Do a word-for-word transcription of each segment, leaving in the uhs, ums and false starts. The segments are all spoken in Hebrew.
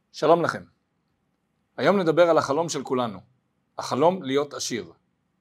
שלום לכם. היום נדבר על החלום של כולנו, החלום להיות עשיר.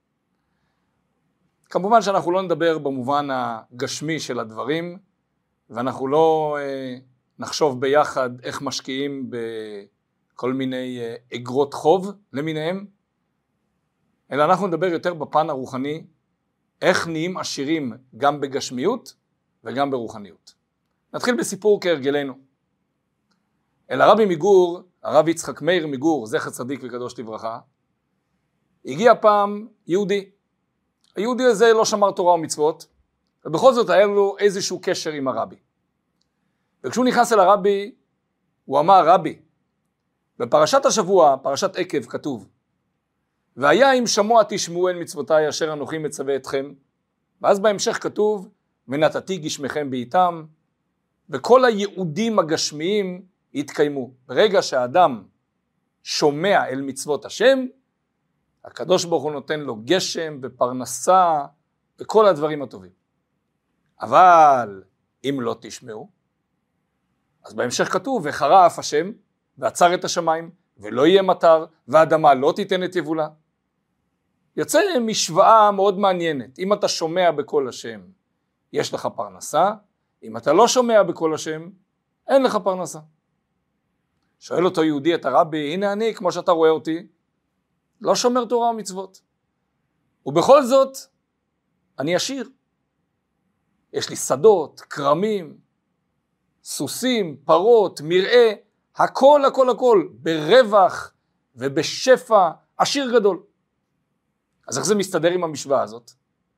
כמובן שאנחנו לא נדבר במובן הגשמי של הדברים, ואנחנו לא אה, נחשוב ביחד איך משקיעים בכל מיני אה, אגרות חוב למיניהם, אלא אנחנו נדבר יותר בפן הרוחני, איך נהיים עשירים גם בגשמיות וגם ברוחניות. נתחיל בסיפור כהרגלנו. אל הרבי מגור, הרב יצחק מאיר מגור, זכר צדיק וקדוש לברכה, הגיע פעם יהודי. היהודי הזה לא שמר תורה ומצוות, ובכל זאת היה לו איזשהו קשר עם הרבי. וכשהוא נכנס אל הרבי, הוא אמר, רבי, בפרשת השבוע, פרשת עקב, כתוב, והיה אם שמוע תשמעו אל מצוותיי אשר אנוכי מצווה אתכם, ואז בהמשך כתוב, ונתתי גשמכם בעיתם, וכל הייעודים הגשמיים יתקיימו. ברגע שהאדם שומע אל מצוות השם, הקדוש ברוך הוא נותן לו גשם ופרנסה וכל הדברים הטובים. אבל אם לא תשמעו, אז בהמשך כתוב, וחרף השם ועצר את השמיים ולא יהיה מטר והאדמה לא תיתן את יבולה. יוצא משוואה מאוד מעניינת. אם אתה שומע בקול השם, יש לך פרנסה. אם אתה לא שומע בקול השם, אין לך פרנסה. שואל אותו יהודי את הרבי, הנה אני, כמו שאתה רואה אותי, לא שומר תורה ומצוות. ובכל זאת, אני עשיר. יש לי שדות, קרמים, סוסים, פרות, מרעה, הכל, הכל, הכל, ברווח ובשפע, עשיר גדול. אז איך זה מסתדר עם המשוואה הזאת?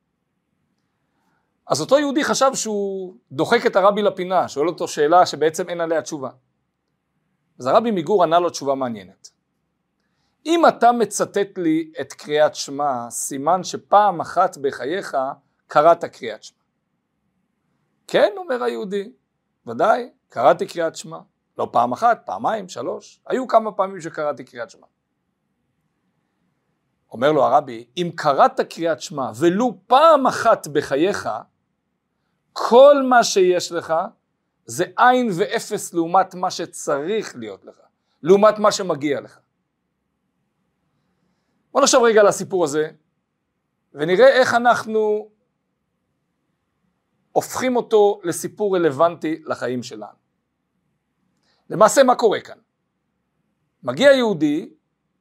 אז אותו יהודי חשב שהוא דוחק את הרבי לפינה, שואל אותו שאלה שבעצם אין עליה תשובה. אז הרבי מגור ענה לו תשובה מעניינת. אם אתה מצטט לי את קריאת שמע, סימן שפעם אחת בחייך קראת קריאת שמע. כן, אומר היהודי, ודאי, קראתי קריאת שמע. לא פעם אחת, פעמיים, שלוש, היו כמה פעמים שקראתי קריאת שמע. אומר לו הרבי, אם קראת קריאת שמע ולו פעם אחת בחייך, כל מה שיש לך זה עין ואפס לעומת מה שצריך להיות לך, לעומת מה שמגיע לך. בוא נחשוב רגע על הסיפור הזה, ונראה איך אנחנו הופכים אותו לסיפור רלוונטי לחיים שלנו. למעשה מה קורה כאן? מגיע יהודי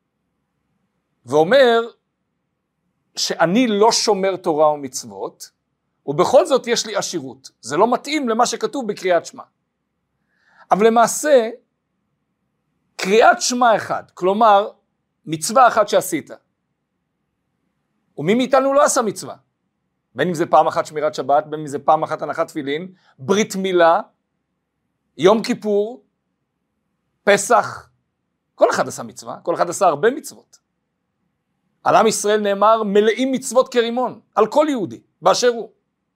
ואומר שאני לא שומר תורה ומצוות, ובכל זאת יש לי עשירות. זה לא מתאים למה שכתוב בקריאת שמע. אבל למעשה, קריאת שמע אחד, כלומר, מצווה אחת שעשית. ומי מאיתנו לא עשה מצווה? בין אם זה פעם אחת שמירת שבת, בין אם זה פעם אחת הנחת תפילין, ברית מילה, יום כיפור, פסח, כל אחד עשה מצווה, כל אחד עשה הרבה מצוות. על עם ישראל נאמר מלאים מצוות כרימון, על כל יהודי, באשר הוא.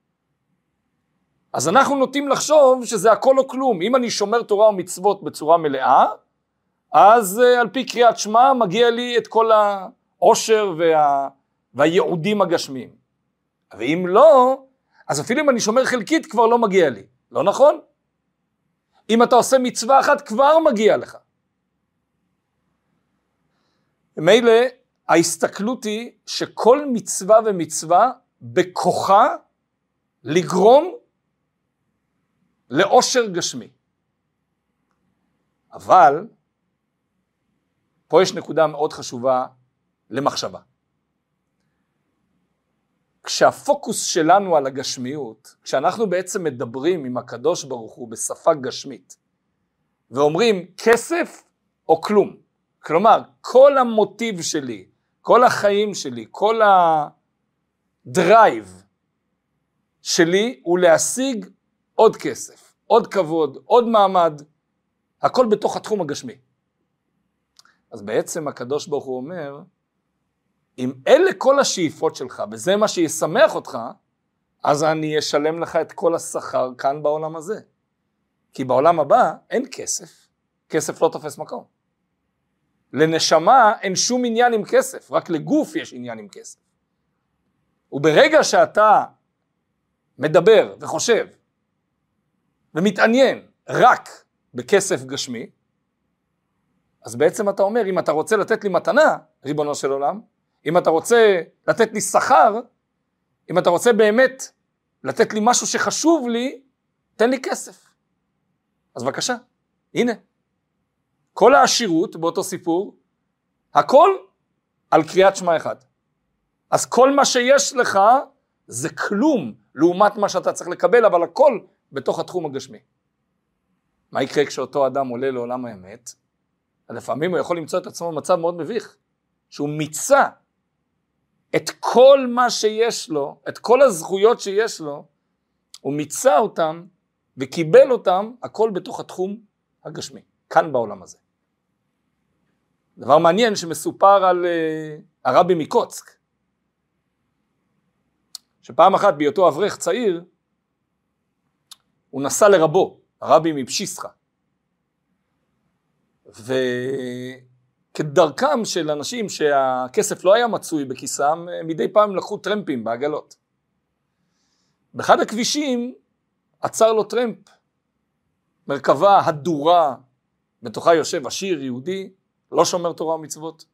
אז אנחנו נוטים לחשוב שזה הכל או כלום. אם אני שומר תורה ומצוות בצורה מלאה, אז על פי קריאת שמע מגיע לי את כל העושר וה... והייעודים הגשמיים. ואם לא, אז אפילו אם אני שומר חלקית כבר לא מגיע לי. לא נכון? אם אתה עושה מצווה אחת כבר מגיע לך. מילא, ההסתכלות היא שכל מצווה ומצווה בכוחה לגרום לאושר גשמי. אבל פה יש נקודה מאוד חשובה למחשבה. כשהפוקוס שלנו על הגשמיות, כשאנחנו בעצם מדברים עם הקדוש ברוך הוא בשפה גשמית, ואומרים כסף או כלום, כלומר כל המוטיב שלי, כל החיים שלי, כל הדרייב שלי הוא להשיג עוד כסף, עוד כבוד, עוד מעמד, הכל בתוך התחום הגשמי. אז בעצם הקדוש ברוך הוא אומר, אם אלה כל השאיפות שלך, וזה מה שישמח אותך, אז אני אשלם לך את כל השכר כאן בעולם הזה. כי בעולם הבא אין כסף, כסף לא תופס מקום. לנשמה אין שום עניין עם כסף, רק לגוף יש עניין עם כסף. וברגע שאתה מדבר וחושב, ומתעניין רק בכסף גשמי, אז בעצם אתה אומר, אם אתה רוצה לתת לי מתנה, ריבונו של עולם, אם אתה רוצה לתת לי שכר, אם אתה רוצה באמת לתת לי משהו שחשוב לי, תן לי כסף. אז בבקשה, הנה. כל העשירות באותו סיפור, הכל על קריאת שמע אחד. אז כל מה שיש לך זה כלום לעומת מה שאתה צריך לקבל, אבל הכל בתוך התחום הגשמי. מה יקרה כשאותו אדם עולה לעולם האמת? לפעמים הוא יכול למצוא את עצמו במצב מאוד מביך, שהוא מיצה את כל מה שיש לו, את כל הזכויות שיש לו, הוא מיצה אותם וקיבל אותם, הכל בתוך התחום הגשמי, כאן בעולם הזה. דבר מעניין שמסופר על uh, הרבי מקוצק, שפעם אחת בהיותו אברך צעיר, הוא נסע לרבו, הרבי מפשיסחה. וכדרכם של אנשים שהכסף לא היה מצוי בכיסם, מדי פעם לקחו טרמפים בעגלות. באחד הכבישים עצר לו טרמפ, מרכבה הדורה, בתוכה יושב עשיר יהודי, לא שומר תורה ומצוות.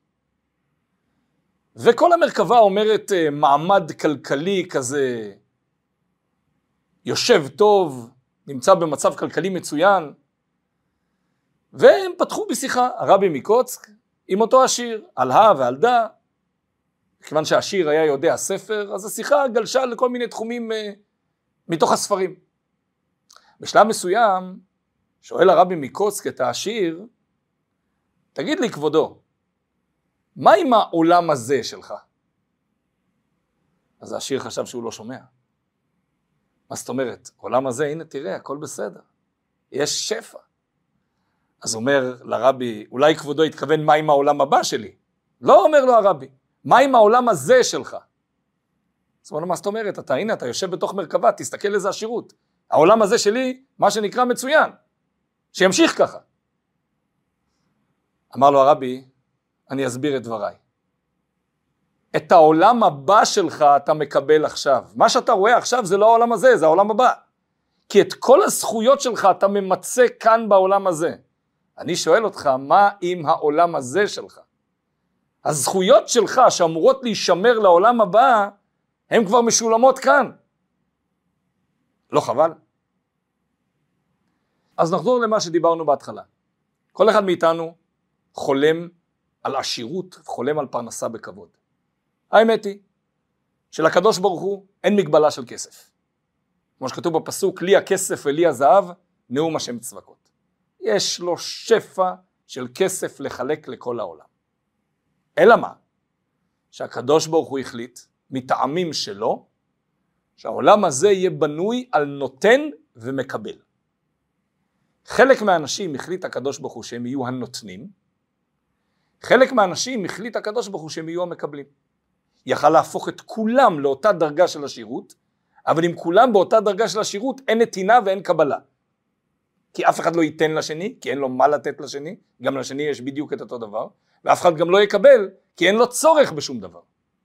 וכל המרכבה אומרת מעמד כלכלי כזה, יושב טוב, נמצא במצב כלכלי מצוין, והם פתחו בשיחה, הרבי מקוצק, עם אותו עשיר, על הא ועל דא, כיוון שהעשיר היה יודע ספר, אז השיחה גלשה לכל מיני תחומים uh, מתוך הספרים. בשלב מסוים, שואל הרבי מקוצק את העשיר, תגיד לי כבודו, מה עם העולם הזה שלך? אז העשיר חשב שהוא לא שומע. מה זאת אומרת? עולם הזה, הנה תראה, הכל בסדר. יש שפע. אז אומר לרבי, אולי כבודו התכוון מה עם העולם הבא שלי? לא אומר לו הרבי, מה עם העולם הזה שלך? אז אומר לו, מה זאת אומרת? אתה, הנה, אתה יושב בתוך מרכבה, תסתכל איזה עשירות. העולם הזה שלי, מה שנקרא מצוין. שימשיך ככה. אמר לו הרבי, אני אסביר את דבריי. את העולם הבא שלך אתה מקבל עכשיו. מה שאתה רואה עכשיו זה לא העולם הזה, זה העולם הבא. כי את כל הזכויות שלך אתה ממצא כאן בעולם הזה. אני שואל אותך, מה עם העולם הזה שלך? הזכויות שלך שאמורות להישמר לעולם הבא, הן כבר משולמות כאן. לא חבל? אז נחזור למה שדיברנו בהתחלה. כל אחד מאיתנו חולם על עשירות, חולם על פרנסה בכבוד. האמת היא שלקדוש ברוך הוא אין מגבלה של כסף. כמו שכתוב בפסוק, לי הכסף ולי הזהב, נאום השם צבקות. יש לו שפע של כסף לחלק לכל העולם. אלא מה? שהקדוש ברוך הוא החליט, מטעמים שלו, שהעולם הזה יהיה בנוי על נותן ומקבל. חלק מהאנשים החליט הקדוש ברוך הוא שהם יהיו הנותנים, חלק מהאנשים החליט הקדוש ברוך הוא שהם יהיו המקבלים. יכל להפוך את כולם לאותה דרגה של השירות, אבל אם כולם באותה דרגה של השירות, אין נתינה ואין קבלה. כי אף אחד לא ייתן לשני, כי אין לו מה לתת לשני, גם לשני יש בדיוק את אותו דבר, ואף אחד גם לא יקבל, כי אין לו צורך בשום דבר.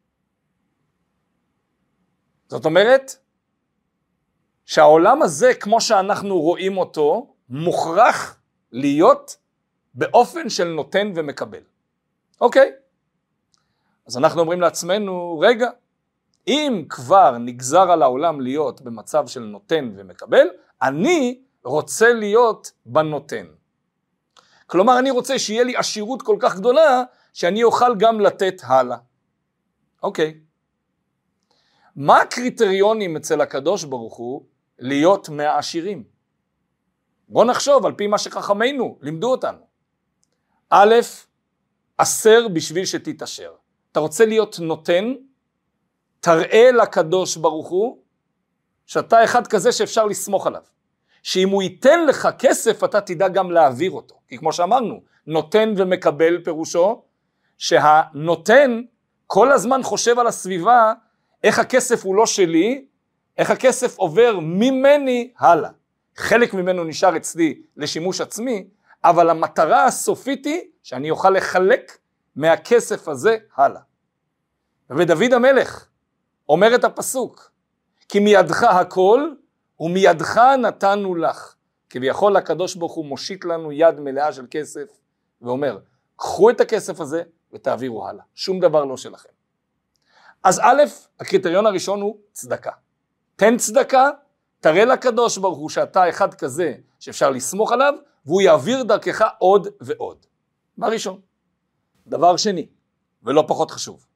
זאת אומרת, שהעולם הזה, כמו שאנחנו רואים אותו, מוכרח להיות באופן של נותן ומקבל. אוקיי? אז אנחנו אומרים לעצמנו, רגע, אם כבר נגזר על העולם להיות במצב של נותן ומקבל, אני רוצה להיות בנותן. כלומר, אני רוצה שיהיה לי עשירות כל כך גדולה, שאני אוכל גם לתת הלאה. אוקיי. מה הקריטריונים אצל הקדוש ברוך הוא להיות מהעשירים? בוא נחשוב על פי מה שחכמינו לימדו אותנו. א', עשר בשביל שתתעשר. אתה רוצה להיות נותן, תראה לקדוש ברוך הוא, שאתה אחד כזה שאפשר לסמוך עליו. שאם הוא ייתן לך כסף, אתה תדע גם להעביר אותו. כי כמו שאמרנו, נותן ומקבל פירושו, שהנותן כל הזמן חושב על הסביבה, איך הכסף הוא לא שלי, איך הכסף עובר ממני הלאה. חלק ממנו נשאר אצלי לשימוש עצמי, אבל המטרה הסופית היא שאני אוכל לחלק מהכסף הזה הלאה. ודוד המלך אומר את הפסוק, כי מידך הכל ומידך נתנו לך. כביכול הקדוש ברוך הוא מושיט לנו יד מלאה של כסף ואומר, קחו את הכסף הזה ותעבירו הלאה. שום דבר לא שלכם. אז א', הקריטריון הראשון הוא צדקה. תן צדקה, תראה לקדוש ברוך הוא שאתה אחד כזה שאפשר לסמוך עליו, והוא יעביר דרכך עוד ועוד. מה ראשון? דבר שני, ולא פחות חשוב.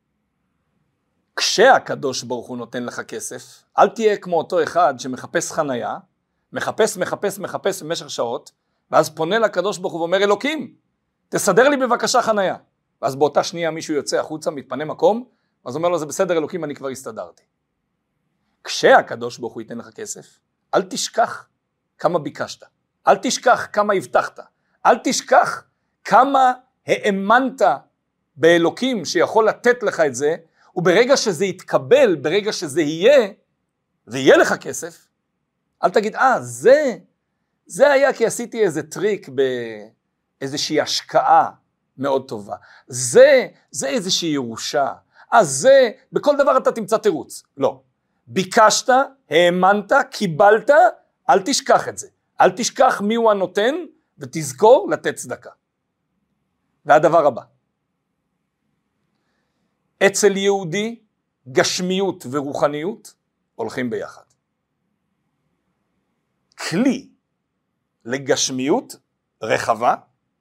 כשהקדוש ברוך הוא נותן לך כסף, אל תהיה כמו אותו אחד שמחפש חנייה, מחפש, מחפש, מחפש במשך שעות, ואז פונה לקדוש ברוך הוא ואומר, אלוקים, תסדר לי בבקשה חנייה. ואז באותה שנייה מישהו יוצא החוצה, מתפנה מקום, אז אומר לו, זה בסדר אלוקים, אני כבר הסתדרתי. כשהקדוש ברוך הוא ייתן לך כסף, אל תשכח כמה ביקשת, אל תשכח כמה הבטחת, אל תשכח כמה האמנת באלוקים שיכול לתת לך את זה, וברגע שזה יתקבל, ברגע שזה יהיה, ויהיה לך כסף, אל תגיד, אה, זה, זה היה כי עשיתי איזה טריק באיזושהי השקעה מאוד טובה. זה, זה איזושהי ירושה. אז זה, בכל דבר אתה תמצא תירוץ. לא. ביקשת, האמנת, קיבלת, אל תשכח את זה. אל תשכח מי הוא הנותן, ותזכור לתת צדקה. והדבר הבא. אצל יהודי, גשמיות ורוחניות הולכים ביחד. כלי לגשמיות רחבה,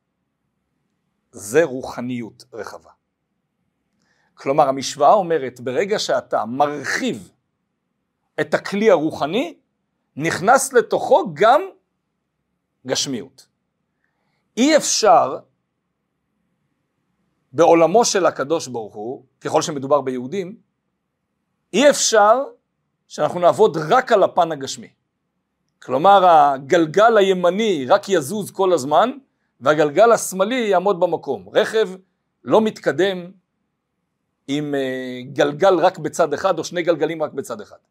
זה רוחניות רחבה. כלומר, המשוואה אומרת, ברגע שאתה מרחיב את הכלי הרוחני, נכנס לתוכו גם גשמיות. אי אפשר בעולמו של הקדוש ברוך הוא, ככל שמדובר ביהודים, אי אפשר שאנחנו נעבוד רק על הפן הגשמי. כלומר, הגלגל הימני רק יזוז כל הזמן, והגלגל השמאלי יעמוד במקום. רכב לא מתקדם עם גלגל רק בצד אחד, או שני גלגלים רק בצד אחד.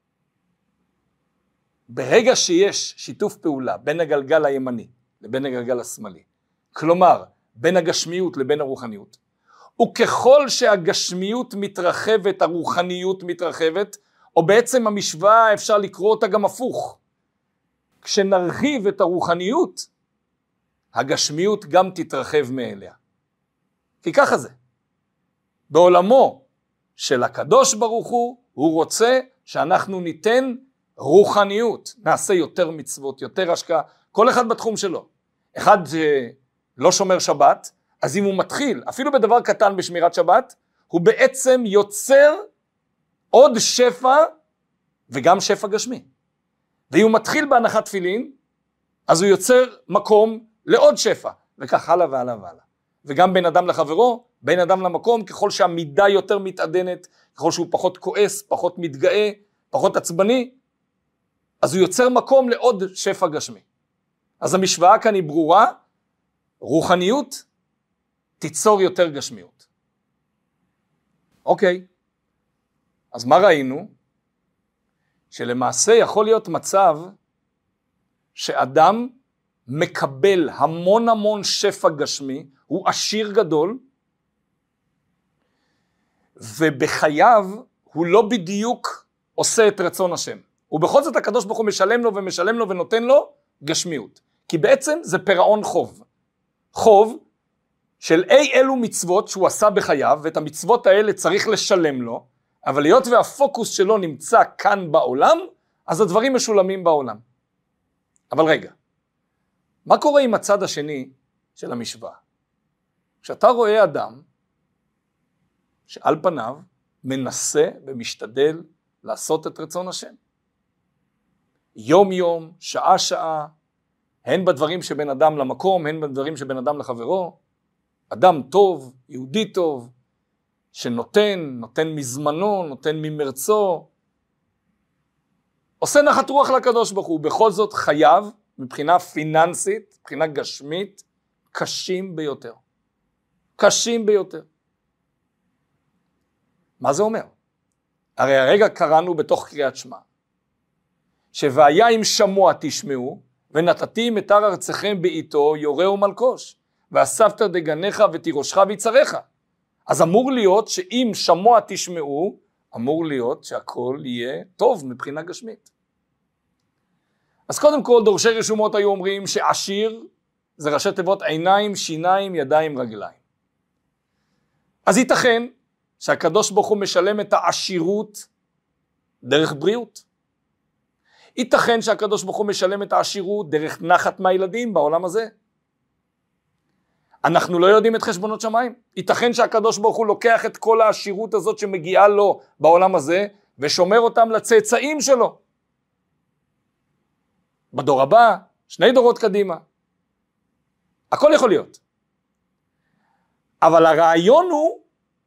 ברגע שיש שיתוף פעולה בין הגלגל הימני לבין הגלגל השמאלי, כלומר, בין הגשמיות לבין הרוחניות, וככל שהגשמיות מתרחבת, הרוחניות מתרחבת, או בעצם המשוואה אפשר לקרוא אותה גם הפוך. כשנרחיב את הרוחניות, הגשמיות גם תתרחב מאליה. כי ככה זה. בעולמו של הקדוש ברוך הוא, הוא רוצה שאנחנו ניתן רוחניות. נעשה יותר מצוות, יותר השקעה, כל אחד בתחום שלו. אחד לא שומר שבת, אז אם הוא מתחיל, אפילו בדבר קטן בשמירת שבת, הוא בעצם יוצר עוד שפע, וגם שפע גשמי. ואם הוא מתחיל בהנחת תפילין, אז הוא יוצר מקום לעוד שפע, וכך הלאה והלאה והלאה. וגם בין אדם לחברו, בין אדם למקום, ככל שהמידה יותר מתעדנת, ככל שהוא פחות כועס, פחות מתגאה, פחות עצבני, אז הוא יוצר מקום לעוד שפע גשמי. אז המשוואה כאן היא ברורה, רוחניות תיצור יותר גשמיות. אוקיי, אז מה ראינו? שלמעשה יכול להיות מצב שאדם מקבל המון המון שפע גשמי, הוא עשיר גדול, ובחייו הוא לא בדיוק עושה את רצון השם. ובכל זאת הקדוש ברוך הוא משלם לו ומשלם לו ונותן לו גשמיות. כי בעצם זה פירעון חוב. חוב של אי אלו מצוות שהוא עשה בחייו, ואת המצוות האלה צריך לשלם לו, אבל להיות והפוקוס שלו נמצא כאן בעולם, אז הדברים משולמים בעולם. אבל רגע, מה קורה עם הצד השני של המשוואה? כשאתה רואה אדם שעל פניו מנסה ומשתדל לעשות את רצון השם, יום יום, שעה שעה, הן בדברים שבין אדם למקום, הן בדברים שבין אדם לחברו, אדם טוב, יהודי טוב, שנותן, נותן מזמנו, נותן ממרצו, עושה נחת רוח לקדוש ברוך הוא, בכל זאת חייו, מבחינה פיננסית, מבחינה גשמית, קשים ביותר. קשים ביותר. מה זה אומר? הרי הרגע קראנו בתוך קריאת שמע, שוהיה אם שמוע תשמעו, ונתתי מטר ארצכם בעיתו יורה ומלקוש, ואספת דגניך ותירושך ויצריך. אז אמור להיות שאם שמוע תשמעו, אמור להיות שהכל יהיה טוב מבחינה גשמית. אז קודם כל דורשי רשומות היו אומרים שעשיר זה ראשי תיבות עיניים, שיניים, ידיים, רגליים. אז ייתכן שהקדוש ברוך הוא משלם את העשירות דרך בריאות. ייתכן שהקדוש ברוך הוא משלם את העשירות דרך נחת מהילדים בעולם הזה. אנחנו לא יודעים את חשבונות שמיים. ייתכן שהקדוש ברוך הוא לוקח את כל העשירות הזאת שמגיעה לו בעולם הזה, ושומר אותם לצאצאים שלו. בדור הבא, שני דורות קדימה. הכל יכול להיות. אבל הרעיון הוא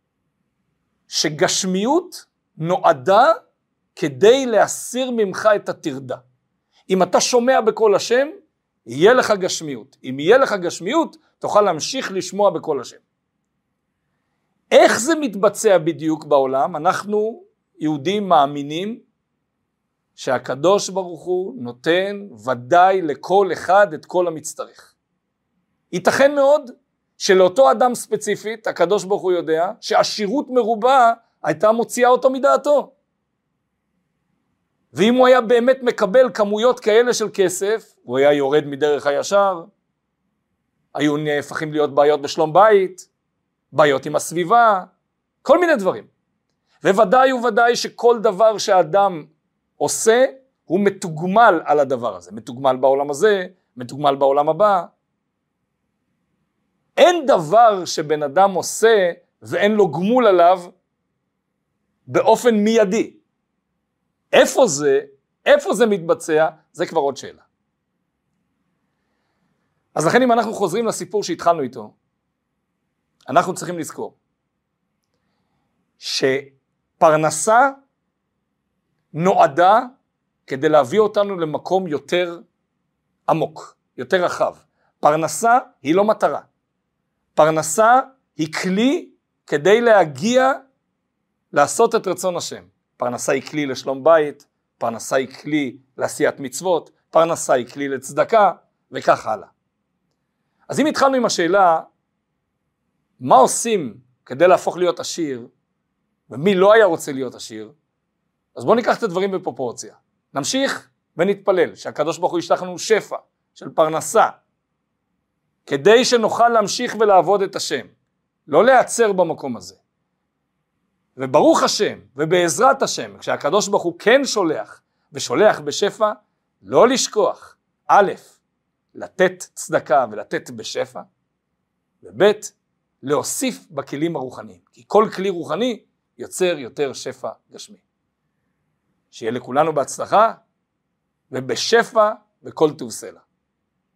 שגשמיות נועדה כדי להסיר ממך את התרדה. אם אתה שומע בקול השם, יהיה לך גשמיות. אם יהיה לך גשמיות, תוכל להמשיך לשמוע בקול השם. איך זה מתבצע בדיוק בעולם? אנחנו יהודים מאמינים שהקדוש ברוך הוא נותן ודאי לכל אחד את כל המצטרך. ייתכן מאוד שלאותו אדם ספציפית, הקדוש ברוך הוא יודע שעשירות מרובה הייתה מוציאה אותו מדעתו. ואם הוא היה באמת מקבל כמויות כאלה של כסף, הוא היה יורד מדרך הישר, היו נהפכים להיות בעיות בשלום בית, בעיות עם הסביבה, כל מיני דברים. וודאי וודאי שכל דבר שאדם עושה, הוא מתוגמל על הדבר הזה. מתוגמל בעולם הזה, מתוגמל בעולם הבא. אין דבר שבן אדם עושה ואין לו גמול עליו באופן מיידי. איפה זה, איפה זה מתבצע, זה כבר עוד שאלה. אז לכן אם אנחנו חוזרים לסיפור שהתחלנו איתו, אנחנו צריכים לזכור שפרנסה נועדה כדי להביא אותנו למקום יותר עמוק, יותר רחב. פרנסה היא לא מטרה. פרנסה היא כלי כדי להגיע לעשות את רצון השם. פרנסה היא כלי לשלום בית, פרנסה היא כלי לעשיית מצוות, פרנסה היא כלי לצדקה, וכך הלאה. אז אם התחלנו עם השאלה, מה עושים כדי להפוך להיות עשיר, ומי לא היה רוצה להיות עשיר, אז בואו ניקח את הדברים בפרופורציה. נמשיך ונתפלל שהקדוש ברוך הוא ישלח לנו שפע של פרנסה, כדי שנוכל להמשיך ולעבוד את השם, לא להיעצר במקום הזה. וברוך השם ובעזרת השם, כשהקדוש ברוך הוא כן שולח, ושולח בשפע, לא לשכוח, א', לתת צדקה ולתת בשפע, וב', להוסיף בכלים הרוחניים, כי כל כלי רוחני יוצר יותר שפע גשמי. שיהיה לכולנו בהצלחה ובשפע וכל טוב סלע.